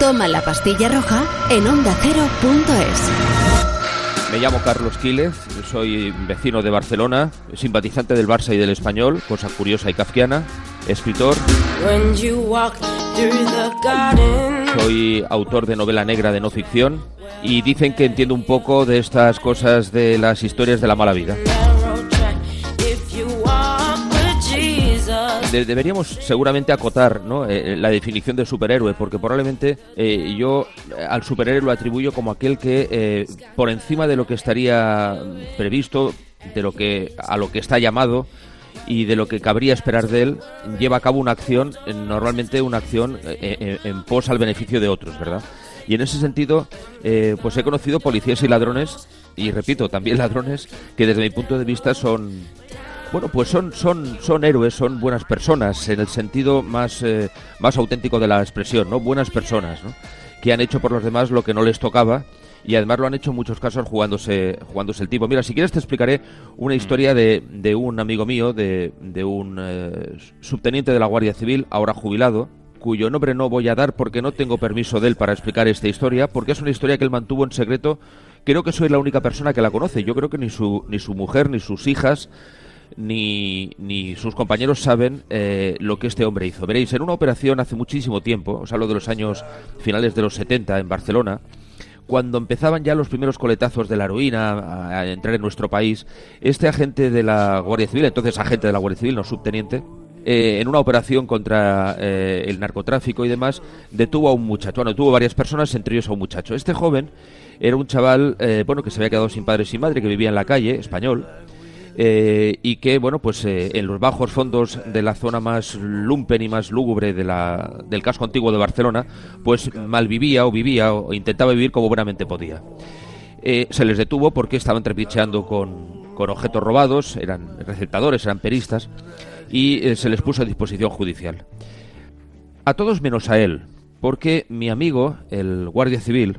Toma la pastilla roja en ondacero.es. Me llamo Carlos Quílez, soy vecino de Barcelona, simpatizante del Barça y del Español, cosa curiosa y kafkiana, escritor. Soy autor de novela negra de no ficción y dicen que entiendo un poco de estas cosas de las historias de la mala vida. Deberíamos seguramente acotar, ¿no?, la definición de superhéroe, porque probablemente yo al superhéroe lo atribuyo como aquel que por encima de lo que estaría previsto, a lo que está llamado y de lo que cabría esperar de él, lleva a cabo una acción, normalmente una acción en pos al beneficio de otros, ¿verdad? Y en ese sentido, pues he conocido policías y ladrones, y repito, también ladrones, que desde mi punto de vista son héroes, son buenas personas, en el sentido más auténtico de la expresión, ¿no? Buenas personas, ¿no?, que han hecho por los demás lo que no les tocaba, y además lo han hecho en muchos casos jugándose el tipo. Mira, si quieres te explicaré una historia de un amigo mío, de un subteniente de la Guardia Civil, ahora jubilado, cuyo nombre no voy a dar porque no tengo permiso de él para explicar esta historia, porque es una historia que él mantuvo en secreto. Creo que soy la única persona que la conoce. Yo creo que ni su mujer, ni sus hijas, ni sus compañeros saben lo que este hombre hizo. Veréis, en una operación hace muchísimo tiempo, os hablo de los años finales de los 70 en Barcelona, cuando empezaban ya los primeros coletazos de la heroína a entrar en nuestro país, este agente de la Guardia Civil, entonces agente de la Guardia Civil, no subteniente, en una operación contra el narcotráfico y demás, detuvo a un muchacho. Bueno, detuvo varias personas, entre ellos a un muchacho. Este joven era un chaval, que se había quedado sin padre y sin madre, que vivía en la calle, español, y que, en los bajos fondos de la zona más lumpen y más lúgubre del casco antiguo de Barcelona, pues malvivía o intentaba vivir como buenamente podía. Se les detuvo porque estaban trapicheando con objetos robados, eran receptadores, eran peristas, y se les puso a disposición judicial. A todos menos a él, porque mi amigo, el guardia civil,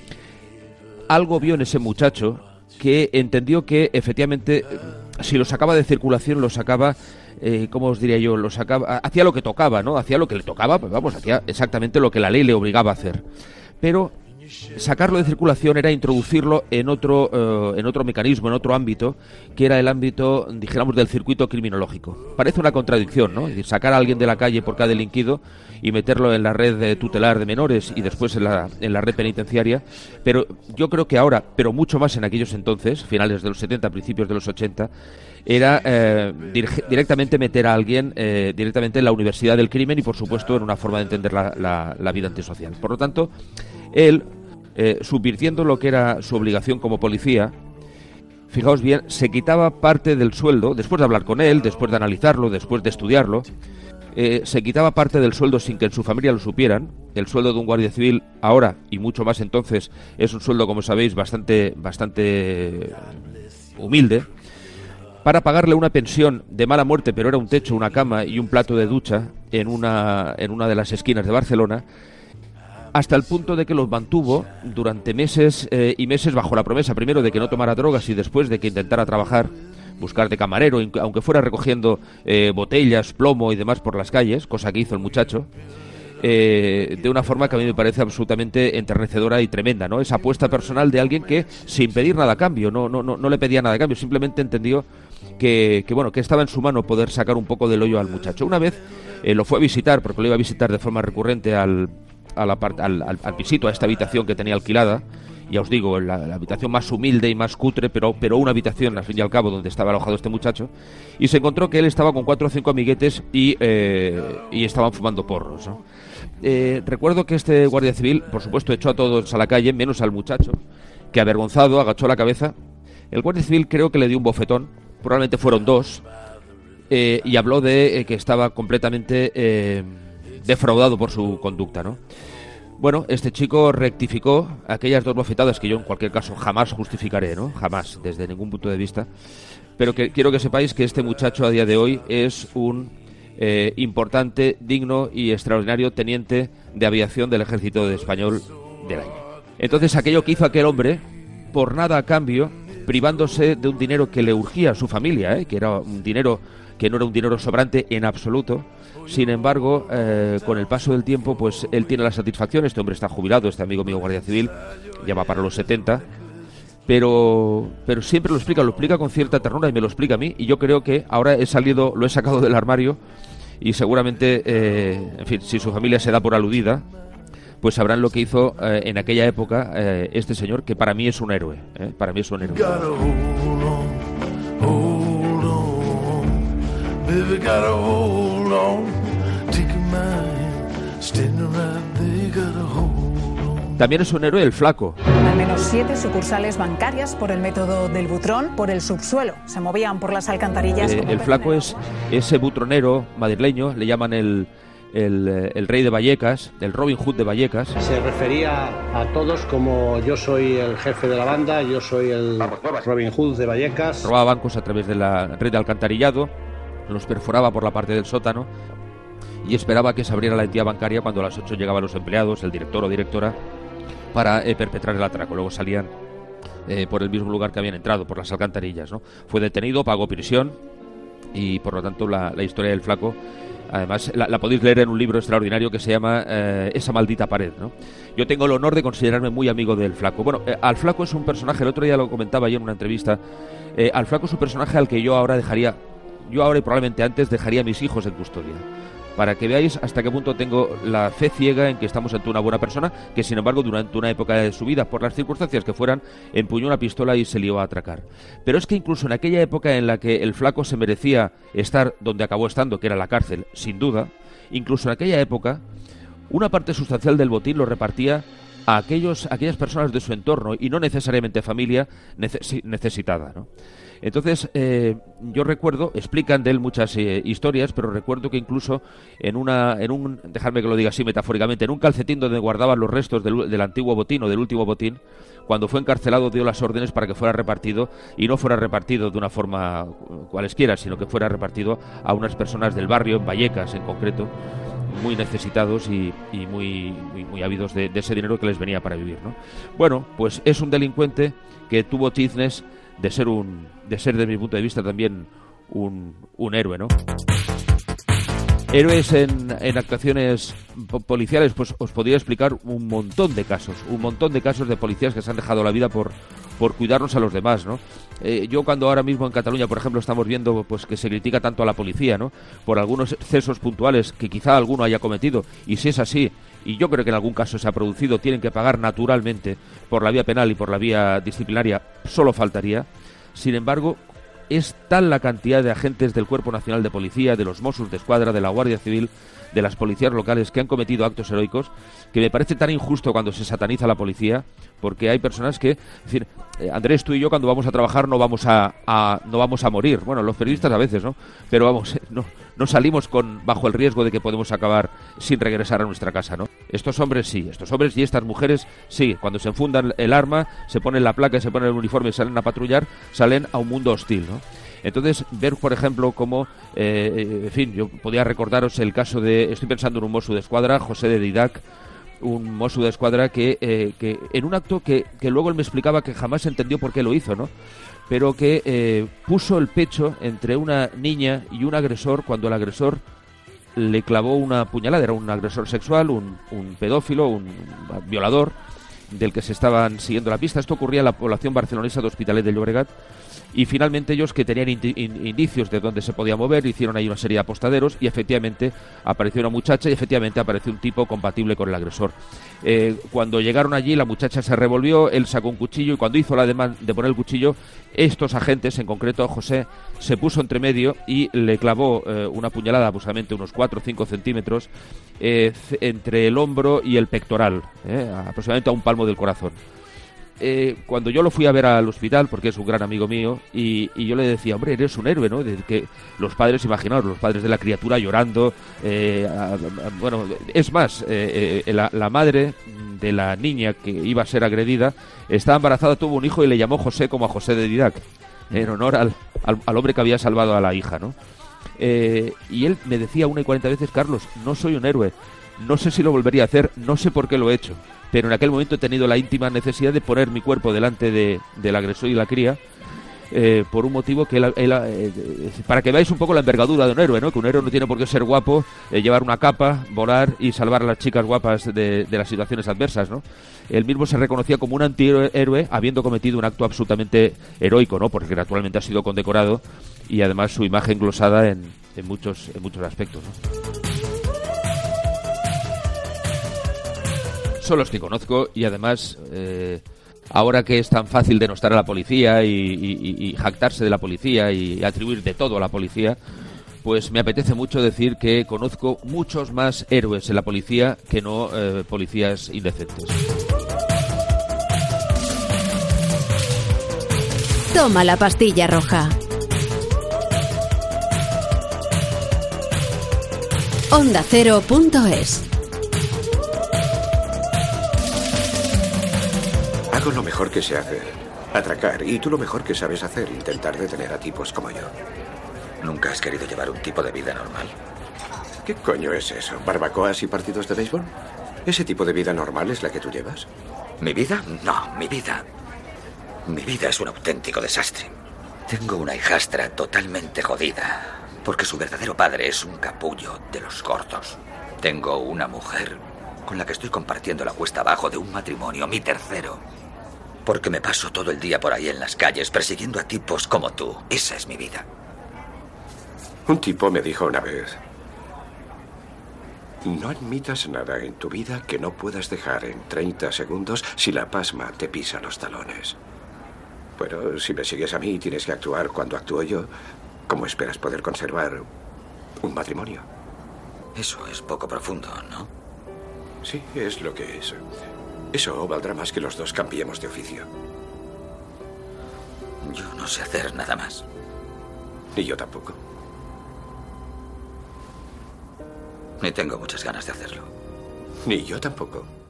algo vio en ese muchacho que entendió que efectivamente, si lo sacaba de circulación, lo sacaba, ¿cómo os diría yo? Lo sacaba, hacía lo que tocaba, ¿no? Hacía lo que le tocaba, pues hacía exactamente lo que la ley le obligaba a hacer. Pero sacarlo de circulación era introducirlo en otro mecanismo, en otro ámbito, que era el ámbito, dijéramos, del circuito criminológico. Parece una contradicción, ¿no? Es decir, sacar a alguien de la calle porque ha delinquido y meterlo en la red tutelar de menores y después en la red penitenciaria, pero yo creo que ahora, pero mucho más en aquellos entonces, finales de los 70, principios de los 80, era directamente meter a alguien directamente en la universidad del crimen y, por supuesto, en una forma de entender la vida antisocial. Por lo tanto, él, subvirtiendo lo que era su obligación como policía, fijaos bien, se quitaba parte del sueldo, después de hablar con él, después de analizarlo, después de estudiarlo, se quitaba parte del sueldo sin que en su familia lo supieran. El sueldo de un guardia civil ahora, y mucho más entonces, es un sueldo, como sabéis, bastante humilde, para pagarle una pensión de mala muerte, pero era un techo, una cama y un plato de ducha en una de las esquinas de Barcelona, hasta el punto de que los mantuvo durante meses y meses bajo la promesa, primero de que no tomara drogas y después de que intentara trabajar, buscar de camarero, aunque fuera recogiendo botellas, plomo y demás por las calles, cosa que hizo el muchacho, de una forma que a mí me parece absolutamente enternecedora y tremenda, ¿no? Esa apuesta personal de alguien que, sin pedir nada a cambio, no le pedía nada a cambio, simplemente entendió que estaba en su mano poder sacar un poco del hoyo al muchacho. Una vez lo fue a visitar, porque lo iba a visitar de forma recurrente al pisito, a esta habitación que tenía alquilada. Ya os digo, la habitación más humilde y más cutre, pero una habitación, al fin y al cabo, donde estaba alojado este muchacho, y se encontró que él estaba con 4 o 5 amiguetes y estaban fumando porros, ¿no? Recuerdo que este guardia civil, por supuesto, echó a todos a la calle, menos al muchacho, que avergonzado agachó la cabeza. El guardia civil creo que le dio un bofetón, probablemente fueron 2, y habló de que estaba completamente defraudado por su conducta, ¿no? Bueno, este chico rectificó aquellas 2 bofetadas que yo en cualquier caso jamás justificaré, ¿no? Jamás, desde ningún punto de vista. Pero quiero que sepáis que este muchacho a día de hoy es un importante, digno y extraordinario teniente de aviación del ejército español del año. Entonces, aquello que hizo aquel hombre, por nada a cambio, privándose de un dinero que le urgía a su familia, que era un dinero que no era un dinero sobrante en absoluto. Sin embargo, con el paso del tiempo, pues él tiene la satisfacción, este hombre está jubilado, este amigo mío guardia civil, ya va para los 70, pero siempre lo explica con cierta ternura y me lo explica a mí, y yo creo que ahora lo he sacado del armario y seguramente, en fin, si su familia se da por aludida, pues sabrán lo que hizo en aquella época este señor, que para mí es un héroe, para mí es un héroe. También es un héroe el Flaco. Al menos 7 sucursales bancarias por el método del butrón, por el subsuelo. Se movían por las alcantarillas. El Flaco es ese butronero madrileño, le llaman el rey de Vallecas, el Robin Hood de Vallecas. Se refería a todos como yo soy el jefe de la banda, yo soy el Robin Hood de Vallecas. Robaba bancos a través de la red de alcantarillado, los perforaba por la parte del sótano y esperaba que se abriera la entidad bancaria cuando a las 8 llegaban los empleados, el director o directora, para perpetrar el atraco. Luego salían por el mismo lugar que habían entrado, por las alcantarillas, ¿no? Fue detenido, pagó prisión y por lo tanto la historia del Flaco, además la podéis leer en un libro extraordinario que se llama Esa maldita pared, ¿no? Yo tengo el honor de considerarme muy amigo del Flaco. Bueno, al Flaco es un personaje, el otro día lo comentaba yo en una entrevista, al Flaco es un personaje al que yo ahora y probablemente antes dejaría a mis hijos en custodia, para que veáis hasta qué punto tengo la fe ciega en que estamos ante una buena persona, que sin embargo durante una época de su vida, por las circunstancias que fueran, empuñó una pistola y se lió a atracar. Pero es que incluso en aquella época en la que el Flaco se merecía estar donde acabó estando, que era la cárcel, sin duda, incluso en aquella época, una parte sustancial del botín lo repartía a aquellas personas de su entorno y no necesariamente familia necesitada, ¿no? Entonces, yo recuerdo, explican de él muchas historias, pero recuerdo que incluso dejadme que lo diga así metafóricamente, en un calcetín donde guardaban los restos del antiguo botín o del último botín, cuando fue encarcelado dio las órdenes para que fuera repartido, y no fuera repartido de una forma cualesquiera, sino que fuera repartido a unas personas del barrio, en Vallecas en concreto, muy necesitados y muy ávidos de ese dinero que les venía para vivir, ¿no? Bueno, pues es un delincuente que tuvo tiznes de ser desde mi punto de vista también un héroe, ¿no? Héroes en actuaciones policiales, pues os podría explicar un montón de casos de policías que se han dejado la vida por cuidarnos a los demás, ¿no? Yo cuando ahora mismo en Cataluña, por ejemplo, estamos viendo pues que se critica tanto a la policía, ¿no? Por algunos excesos puntuales que quizá alguno haya cometido, y si es así, y yo creo que en algún caso se ha producido, tienen que pagar naturalmente por la vía penal y por la vía disciplinaria, solo faltaría. Sin embargo, es tal la cantidad de agentes del Cuerpo Nacional de Policía, de los Mossos d'Esquadra, de la Guardia Civil, de las policías locales que han cometido actos heroicos, que me parece tan injusto cuando se sataniza la policía, porque hay personas que, es decir, Andrés, tú y yo cuando vamos a trabajar no vamos a morir. Bueno, los periodistas a veces, ¿no? Pero vamos, no salimos bajo el riesgo de que podemos acabar sin regresar a nuestra casa, ¿no? Estos hombres sí, y estas mujeres sí, cuando se enfundan el arma, se ponen la placa y se ponen el uniforme y salen a patrullar, salen a un mundo hostil, ¿no? Entonces, ver, por ejemplo, cómo, en fin, yo podía recordaros el caso estoy pensando en un Mosso d'Esquadra, José de Didac, un Mosso d'Esquadra que en un acto que luego él me explicaba que jamás entendió por qué lo hizo, ¿no? Pero que puso el pecho entre una niña y un agresor cuando el agresor le clavó una puñalada. Era un agresor sexual, un pedófilo, un violador del que se estaban siguiendo la pista. Esto ocurría en la población barcelonesa de Hospitalet de Llobregat. Y finalmente ellos, que tenían indicios de dónde se podía mover, hicieron ahí una serie de apostaderos y efectivamente apareció una muchacha y efectivamente apareció un tipo compatible con el agresor. Cuando llegaron allí, la muchacha se revolvió, él sacó un cuchillo y cuando hizo la demanda de poner el cuchillo, estos agentes, en concreto José, se puso entre medio y le clavó una puñalada aproximadamente unos 4 o 5 centímetros entre el hombro y el pectoral, aproximadamente a un palmo del corazón. Cuando yo lo fui a ver al hospital, porque es un gran amigo mío, y yo le decía, hombre, eres un héroe, ¿no? De que los padres, imaginaos, los padres de la criatura llorando, bueno, es más, la madre de la niña que iba a ser agredida estaba embarazada, tuvo un hijo y le llamó José como a José de Didac, en honor al hombre que había salvado a la hija, ¿no? Y él me decía 1:40 veces, Carlos, no soy un héroe, no sé si lo volvería a hacer, no sé por qué lo he hecho, pero en aquel momento he tenido la íntima necesidad de poner mi cuerpo delante del agresor y la cría, por un motivo que para que veáis un poco la envergadura de un héroe, ¿no? Que un héroe no tiene por qué ser guapo, llevar una capa, volar y salvar a las chicas guapas de las situaciones adversas, ¿no? Él mismo se reconocía como un antihéroe habiendo cometido un acto absolutamente heroico, ¿no? Porque actualmente ha sido condecorado y además su imagen glosada en muchos aspectos, ¿no? Son los que conozco y además ahora que es tan fácil denostar a la policía y jactarse de la policía y atribuir de todo a la policía, pues me apetece mucho decir que conozco muchos más héroes en la policía que no policías indecentes. Toma la pastilla roja. OndaCero.es. Hago lo mejor que sé hacer, atracar, y tú lo mejor que sabes hacer, intentar detener a tipos como yo. ¿Nunca has querido llevar un tipo de vida normal? ¿Qué coño es eso? ¿Barbacoas y partidos de béisbol? ¿Ese tipo de vida normal es la que tú llevas? ¿Mi vida? No, mi vida es un auténtico desastre. Tengo una hijastra totalmente jodida, porque su verdadero padre es un capullo de los gordos. Tengo una mujer con la que estoy compartiendo la cuesta abajo de un matrimonio, mi tercero. Porque me paso todo el día por ahí en las calles persiguiendo a tipos como tú. Esa es mi vida. Un tipo me dijo una vez: no admitas nada en tu vida que no puedas dejar en 30 segundos si la pasma te pisa los talones. Pero si me sigues a mí y tienes que actuar cuando actúo yo, ¿cómo esperas poder conservar un matrimonio? Eso es poco profundo, ¿no? Sí, es lo que es. Eso valdrá más que los dos cambiemos de oficio. Yo no sé hacer nada más. Ni yo tampoco. Ni tengo muchas ganas de hacerlo. Ni yo tampoco.